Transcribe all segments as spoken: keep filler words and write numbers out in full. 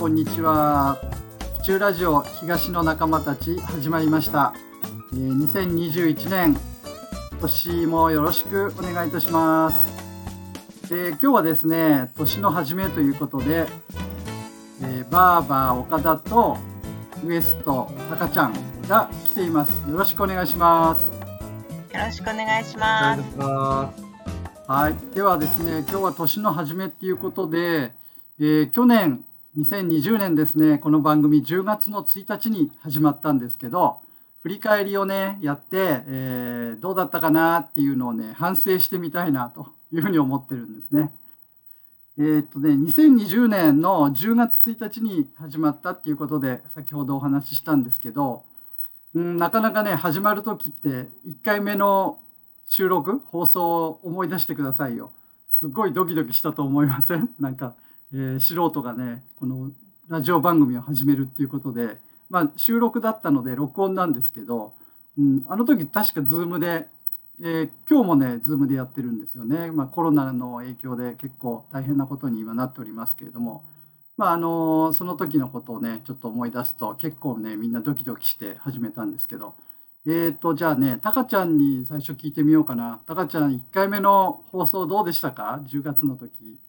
こんにちは。府中ラジオ東の仲間たち始まりました。えー、にせんにじゅういちねん、今年もよろしくお願いいたします。えー、今日はですね、年の初めということで、えー、バーバー岡田とウエスト赤ちゃんが来ています。よろしくお願いします。 よろしくお願いします。 はい、ではですね、今日は年の初めっていうことで、えー、去年にせんにじゅうねんですね、この番組じゅうがつのついたちに始まったんですけど、振り返りをねやって、えー、どうだったかなっていうのをね反省してみたいなというふうに思ってるんですね。えー、っとねにせんにじゅうねんのじゅうがつついたちに始まったっていうことで先ほどお話ししたんですけど、うん、なかなかね始まる時っていっかいめの収録放送を思い出してくださいよ。すごいドキドキしたと思いません？なんか、えー、素人がねこのラジオ番組を始めるっていうことで、まあ収録だったので録音なんですけど、うん、あの時確かズームで、えー、今日もねズームでやってるんですよね。まあ、コロナの影響で結構大変なことに今なっておりますけれども、まああのその時のことをねちょっと思い出すと結構ねみんなドキドキして始めたんですけど、えーとじゃあねタカちゃんに最初聞いてみようかな。タカちゃんいっかいめの放送どうでしたか？じゅうがつの時。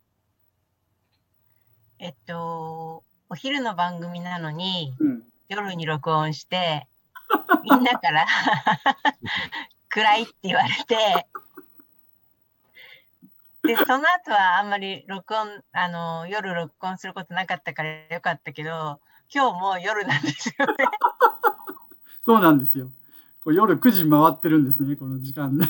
えっとお昼の番組なのに、 うん、 夜に録音してみんなから暗いって言われて、でその後はあんまり録音あの夜録音することなかったからよかったけど、今日も夜なんですよね。 そうなんですよ。こう夜くじ回ってるんですねこの時間ね。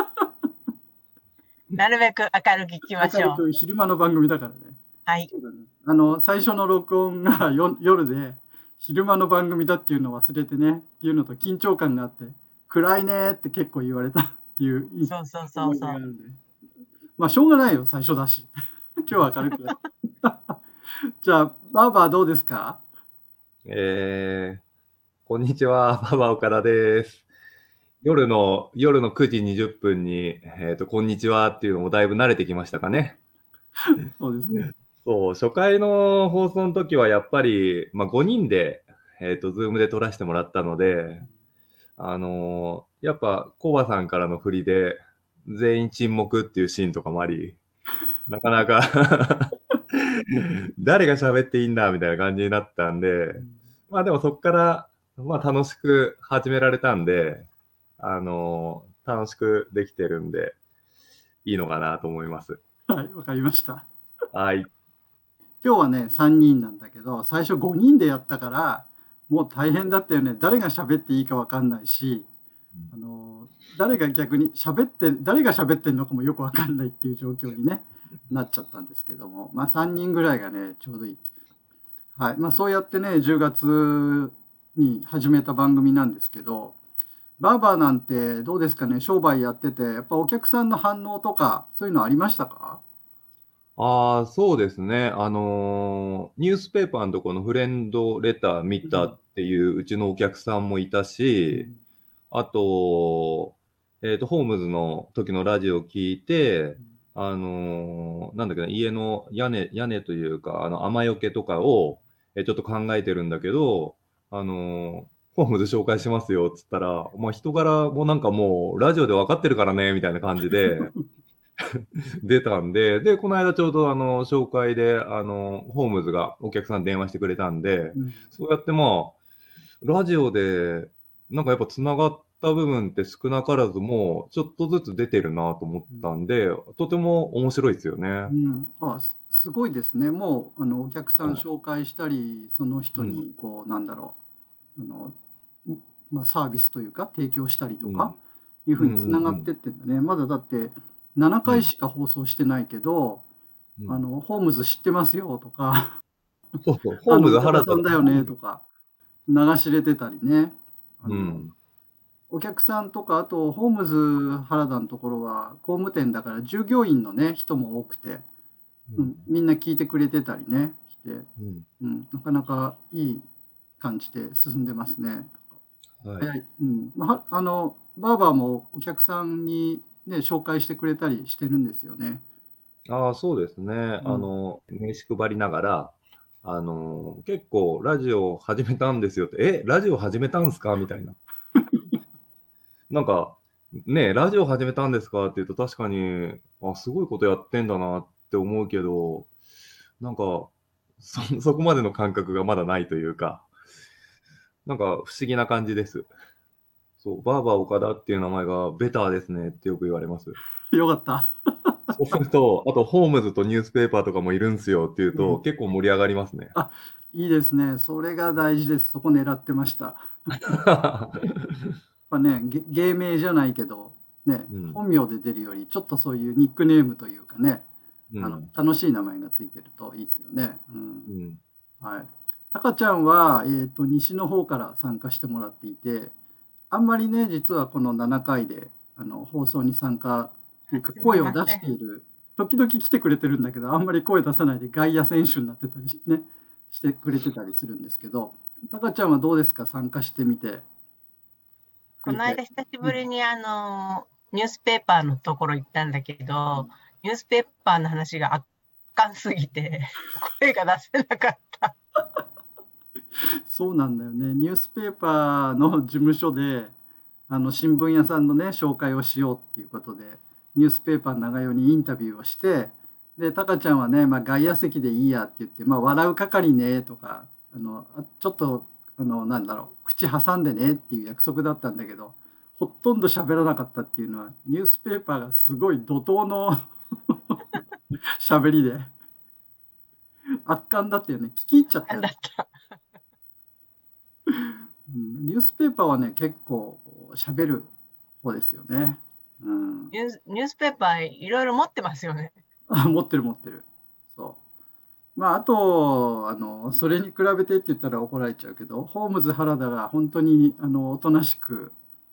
なるべく明るく聞きましょう。 明るく昼間の番組だからね。 はい。 そうだね、あの最初の録音がよ夜で昼間の番組だっていうのを忘れてねっていうのと緊張感があって暗いねって結構言われたっていうそうそうそ思うそう。 い出があるんで、まあしょうがないよ最初だし今日は明るくやじゃあバーバーどうですか？ えー、こんにちは、バーバー岡田です。夜の、夜のくじにじゅっぷんに、えっと、こんにちはっていうのもだいぶ慣れてきましたかね。 そうですね。 そう、初回の放送の時はやっぱり、まあ、ごにんで、えっと、ズームで撮らせてもらったので、あのーやっぱ、コバさんからの振りで、全員沈黙っていうシーンとかもあり、なかなか誰が喋っていいんだみたいな感じになったんで、まあでもそこから、まあ楽しく始められたんで、あのー楽しくできてるんで、いいのかなと思います。 はい、わかりました。 はい。 今日はねさんにんなんだけど最初ごにんでやったからもう大変だったよね。誰が喋っていいかわかんないし、あの誰が逆に喋って誰が喋ってんのかもよくわかんないっていう状況にねなっちゃったんですけども、まあさんにんぐらいがねちょうどいい。はい、まあそうやってねじゅうがつに始めた番組なんですけど、バーバーなんてどうですかね、商売やっててやっぱお客さんの反応とかそういうのありましたか？ ああ、そうですね。あのーニュースペーパーのとこのフレンドレター見たっていううちのお客さんもいたし、あと、えっと、ホームズの時のラジオを聞いて、あのーなんだっけな、家の屋根、屋根というか、あの、雨よけとかを、えちょっと考えてるんだけど、あのーホームズ紹介しますよっつったら、まあ、人柄もなんかもう、ラジオで分かってるからね、みたいな感じで出たんで、で、この間ちょうどあの、紹介で、あの、ホームズがお客さん電話してくれたんで、 うん、 そうやってまあ、ラジオで、なんかやっぱ繋がった部分って少なからずもう、ちょっとずつ出てるなと思ったんで、とても面白いですよね。 うん、あ、すすごいですね。もうあのお客さんはい。 紹介したり、その人うん。 にこうなんだろう、あの、んまあ、サービスというか提供したりとかうん。 いうふううんにつながっうんうん。 てってんだね。まだだってななかいうん。 しか放送してないけど、 うん。 あのホームズ知ってますよとか、 そうそう、ホーあのムズ原田岡田さんだよねとか流し入れてたりね。あのうん。 お客さんとか、あとホームズ原田のところは工務店だから従業員のね人も多くて、うん、みんな聞いてくれてたりねして、 うん。 うん、なかなかいい感じで進んでますね。 はい。 早い。うん。まあ、はあのバーバーもお客さんにね紹介してくれたりしてるんですよね。 ああ、そうですね。 うん。 あの、名刺配りながら、 あの、結構ラジオ始めたんですよって、え、ラジオ始めたんすかみたいな。なんか、ね、ラジオ始めたんですかって言うと確かに、あ、すごいことやってんだなって思うけど、なんか、そそこまでの感覚がまだないというか、なんか不思議な感じです。そう、バーバー岡田っていう名前がベターですねってよく言われます。 よかった。 そうすると、あとホームズとニュースペーパーとかもいるんすよって言ううと、 ん。 結構盛り上がりますね。 あ、いいですね。それが大事です。そこ狙ってました。やっぱね、げ芸名じゃないけど、ね、 うん。 本名で出るより、ちょっとそういうニックネームというかね、あの、 うん。 楽しい名前がついてるといいですよね。う。 うんん。 はい。タカちゃんは、えっと、西の方から参加してもらっていて、あんまりね、実はこのななかいで、あの、放送に参加っていうか、 すみ声を出しません。 ている、時々来てくれてるんだけど、あんまり声出さないで外野選手になってたりしね、してくれてたりするんですけど、タカちゃんはどうですか、参加してみて、振このり返って。 間久しうん。 ぶりにあの、ニュースペーパーのところ行ったんだけど、ニュースペーパーの話が圧巻すぎて、声が出せなかった。 そうなんだよね。ニュースペーパーの事務所で、あの、新聞屋さんのね、紹介をしようっていうことで、ニュースペーパー長代にインタビューをして、で、タカちゃんはね、まあ、外野席でいいやって言って、まあ、笑う係ねとか、あの、あちょっと、あの、なんだろう、口挟んでねっていう約束だったんだけど、ほとんど喋らなかったっていうのは、ニュースペーパーがすごい怒涛の喋りで、圧巻だったよね。聞き入っちゃったよね。 なんだった。 うん、ニュースペーパーはね、結構喋る方ですよね。うん。 ニュースニュースペーパーいろいろ持ってますよね。 あ、持ってる持ってる。そう。まあ、あと、あの、それに比べてって言ったら怒られちゃうけど、ホームズ原田が本当に、あの、おとなしく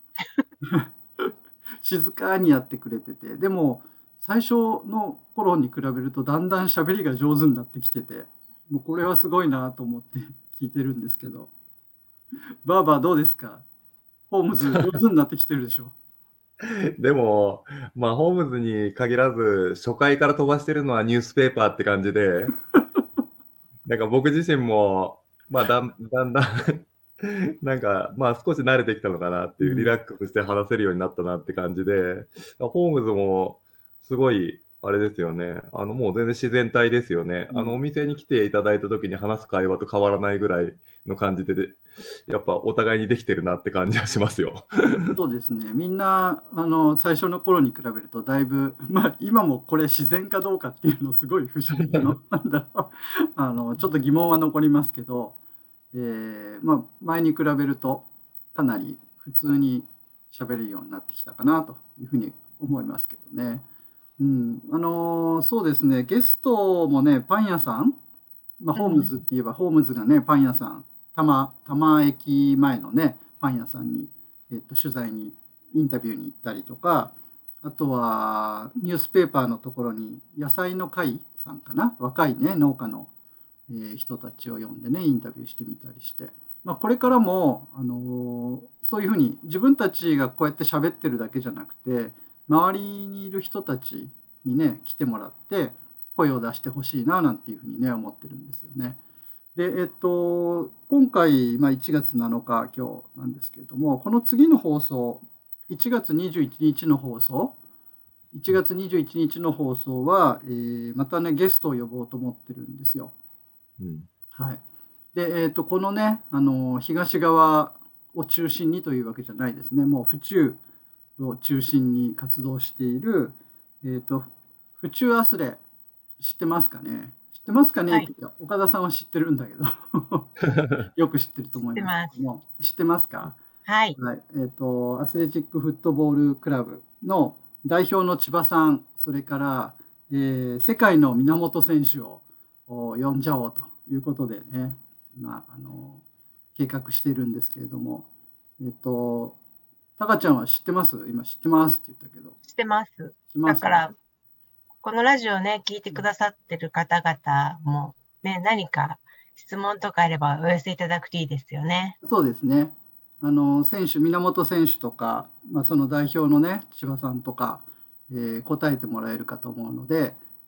静かにやってくれてて、でも、最初の頃に比べるとだんだん喋りが上手になってきてて、もうこれはすごいなと思って聞いてるんですけど、バーバーどうですか？ホームズ上手になってきてるでしょ？ でも、まあ、ホームズに限らず、初回から飛ばしてるのはニュースペーパーって感じで、なんか僕自身も、まあ、だんだんだんなんか、まあ、少し慣れてきたのかなっていう、リうん。 ラックスして話せるようになったなって感じで、ホームズもすごい、あれですよね。あの、もう全然自然体ですよね。あの、おうん。 店に来ていただいた時に話す会話と変わらないぐらいの感じで、でやっぱお互いにできてるなって感じはしますよ。 そうですね。みんな、あの、最初の頃に比べるとだいぶ、まあ、今もこれ自然かどうかっていうのすごい不思議なの、なんだろう、あの、ちょっと疑問は残りますけど、えーまあ、前に比べるとかなり普通に喋れるようになってきたかなというふうに思いますけどね。うん、あの、そうですね。ゲストもね、パン屋さん、まあ、ホームズっうん。 て言えばホームズがね、パン屋さん、多摩、多摩駅前のね、パン屋さんに、えっと、取材に、インタビューに行ったりとか、あとはニュースペーパーのところに野菜の会さんかな、若いね、農家の、えー人たちを呼んでね、インタビューしてみたりして、まあ、これからも、あのーそういうふうに自分たちがこうやって喋ってるだけじゃなくて、周りにいる人たちにね、来てもらって、声を出してほしいな、なんていうふうにね、思ってるんですよね。で、えっと、今回、まあ、いちがつなのか、今日なんですけれども、この次の放送、いちがつにじゅういちにちの放送、いちがつにじゅういちにちの放送は、えーまたね、ゲストを呼ぼうと思ってるんですよ。 うん。 はい。で、えっと、このね、あの、東側を中心にというわけじゃないですね。もう府中を中心に活動している、えっと、府中アスレ、知ってますかね？知ってますかねはい、 って言ったら、岡田さんは知ってるんだけどよく知ってると知っ思いますけてます。 ども、知ってますか？ はい。 はい。えっと、アスレチックフットボールクラブの代表の千葉さん、それから、えー世界の源選手をお呼んじゃおうということでね、今、あの、計画しているんですけれども、えっと、タカちゃんは知ってます？今知ってますって言ったけど、 知ってます。 知ってます？ だから、このラジオね、聞いてくださってる方々も、ね、何か質問とかあればお寄せいただくといいですよね。 そうですね。あの、選手、源選手とか、まあ、その代表のね、千葉さんとか、えー答えてもらえるかと思うので、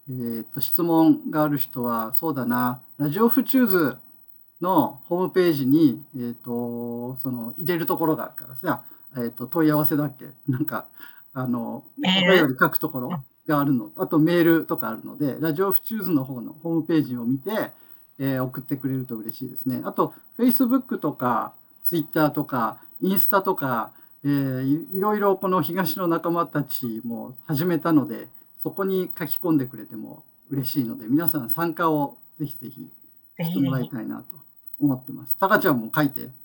えー、と質問がある人はそうだな、ラジオフチューズのホームページに、えー、とその入れるところがあるからさ、えー、と問い合わせだっけ、なんかあのおメール便り書くところがあるの、あとメールとかあるので、ラジオフチューズの方のホームページを見て、えー送ってくれると嬉しいですね。あと Facebook とか Twitter とかインスタとか、えーいいろいろこの東の仲間たちも始めたので、そこに書き込んでくれても嬉しいので、皆さん参加をぜひぜひぜしてもらいひぜひ。 たいなと思ってます。たかちゃんも書いて、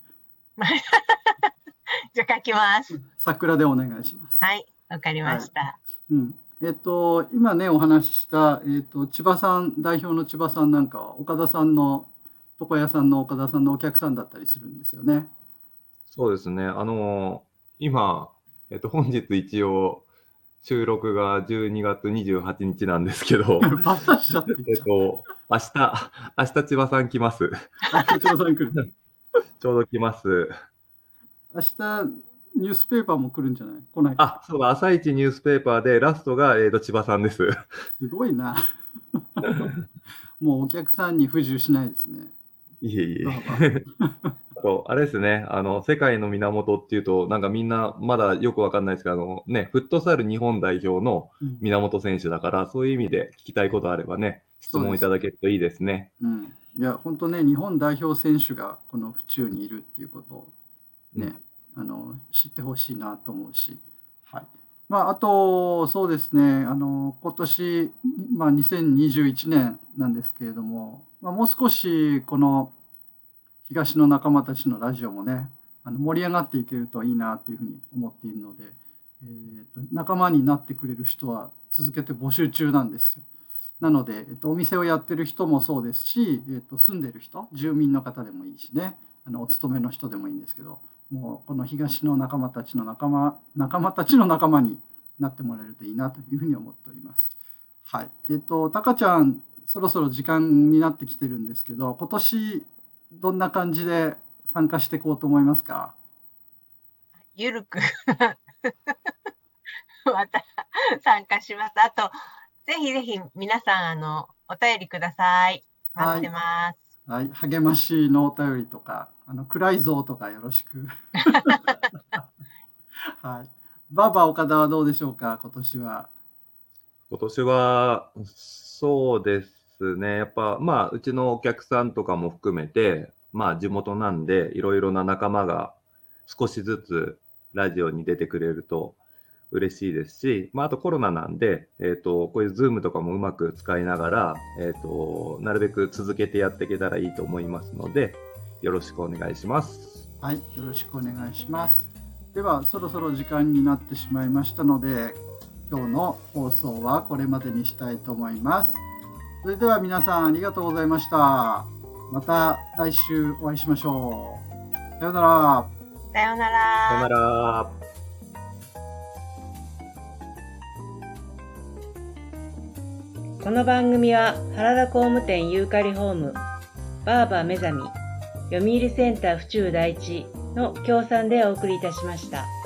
じゃあ書きます。 桜でお願いします。 はい、わかりました。 うん、えっと今ねお話しした、えっと、千葉さん代表の千葉さんなんかは岡田さんの床屋さんの岡田さんのお客さんだったりするんですよね。 そうですね。あの今、えっと、本日一応、収録がじゅうにがつにじゅうはちにちなんですけど、 バタしちゃってえっと、明日、明日千葉さん来ます。 あ千葉さん来る。 ちょうど来ます。 明日ニュースペーパーも来るんじゃない？来ないか。 あ、そうだ、朝一ニュースペーパーで、ラストが、えっと、千葉さんです。 すごいな。もうお客さんに不自由しないですね。 いえいどうえ。 ぞあと、あれですね、あの、世界の源っていうと、なんかみんなまだよくわかんないですけど、あのね、フットサル日本代表のうん源選手だから、そういう意味で聞きたいことあればね、質問いただけるといいですね。 うん、いや本当ね、日本代表選手がこの府中にいるっていうことをね、あの知ってほしいなと思うし、はい。まあ、あとそうですね、あの今年、まあ、にせんにじゅういちねんなんですけれども、まあ、もう少しこの東の仲間たちのラジオもね、あの盛り上がっていけるといいなっていうふうに思っているので、えーと仲間になってくれる人は続けて募集中なんですよ。なので、えっと、お店をやってる人もそうですし、えっと、住んでる人、住民の方でもいいしね、あのお勤めの人でもいいんですけど、もうこの東の仲間たちの仲間、仲間たちの仲間になってもらえるといいなというふうに思っております。はい。えっと、たかちゃん、そろそろ時間になってきてるんですけど、今年どんな感じで参加していこうと思いますか？ ゆるくまた参加します。あと、ぜひぜひ皆さん、あの、お便りください。待ってます。 はい、励ましのお便りとか、あの暗い像とかよろしく。はい。バーバー岡田はどうでしょうか、今年は。 今年は、そうですね、やっぱ、まあ、うちのお客さんとかも含めて、まあ、地元なんで、いろいろな仲間が少しずつラジオに出てくれると嬉しいですし、まあ、あとコロナなんで、えっと、こういうズームとかもうまく使いながら、えっと、なるべく続けてやっていけたらいいと思いますので、よろしくお願いします。 はい、よろしくお願いします。では、そろそろ時間になってしまいましたので、今日の放送はこれまでにしたいと思います。それでは皆さんありがとうございました。また来週お会いしましょう。さようなら。 さようなさよなら。 ら。 この番組は原田工務店ユーカリホーム、バーバー目覚み、読売センター府中第一の協賛でお送りいたしました。